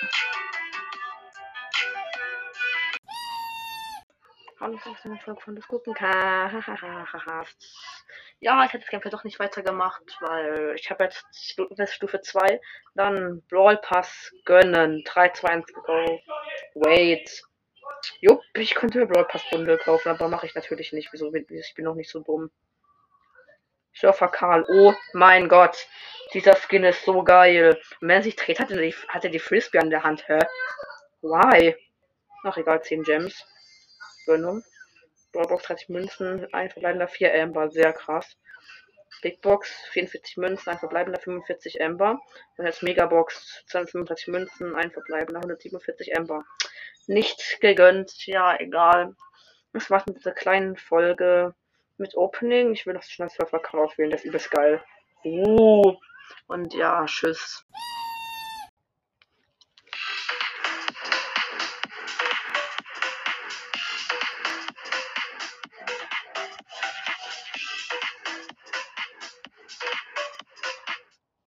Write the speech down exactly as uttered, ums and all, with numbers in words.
Hallo, das ist eine Folge von das Gucken kann. Ja, ich hätte das Gameplay doch nicht weitergemacht, weil ich habe jetzt Stu- bis Stufe zwei, dann Brawl Pass gönnen. drei, zwei, eins, go. Wait. Jupp, ich könnte mir Brawl Pass Bundle kaufen, aber mache ich natürlich nicht. Wieso bin ich bin noch nicht so dumm. Surfer Karl, oh mein Gott. Dieser Skin ist so geil. Und wenn er sich dreht, hat er die, hat er die Frisbee an der Hand, hä? Why? Ach egal, zehn Gems. Gönnung. Brawlbox dreißig Münzen, ein verbleibender vier Amber, sehr krass. Big Box vierundvierzig Münzen, ein verbleibender fünfundvierzig Amber. Und jetzt Megabox zweihundertfünfunddreißig Münzen, ein verbleibender hundertsiebenundvierzig Amber. Nicht gegönnt, ja, egal. Das war's mit dieser kleinen Folge mit Opening. Ich will noch schnell Surfer Call auswählen, das ist übelst geil. Uh, und ja, tschüss.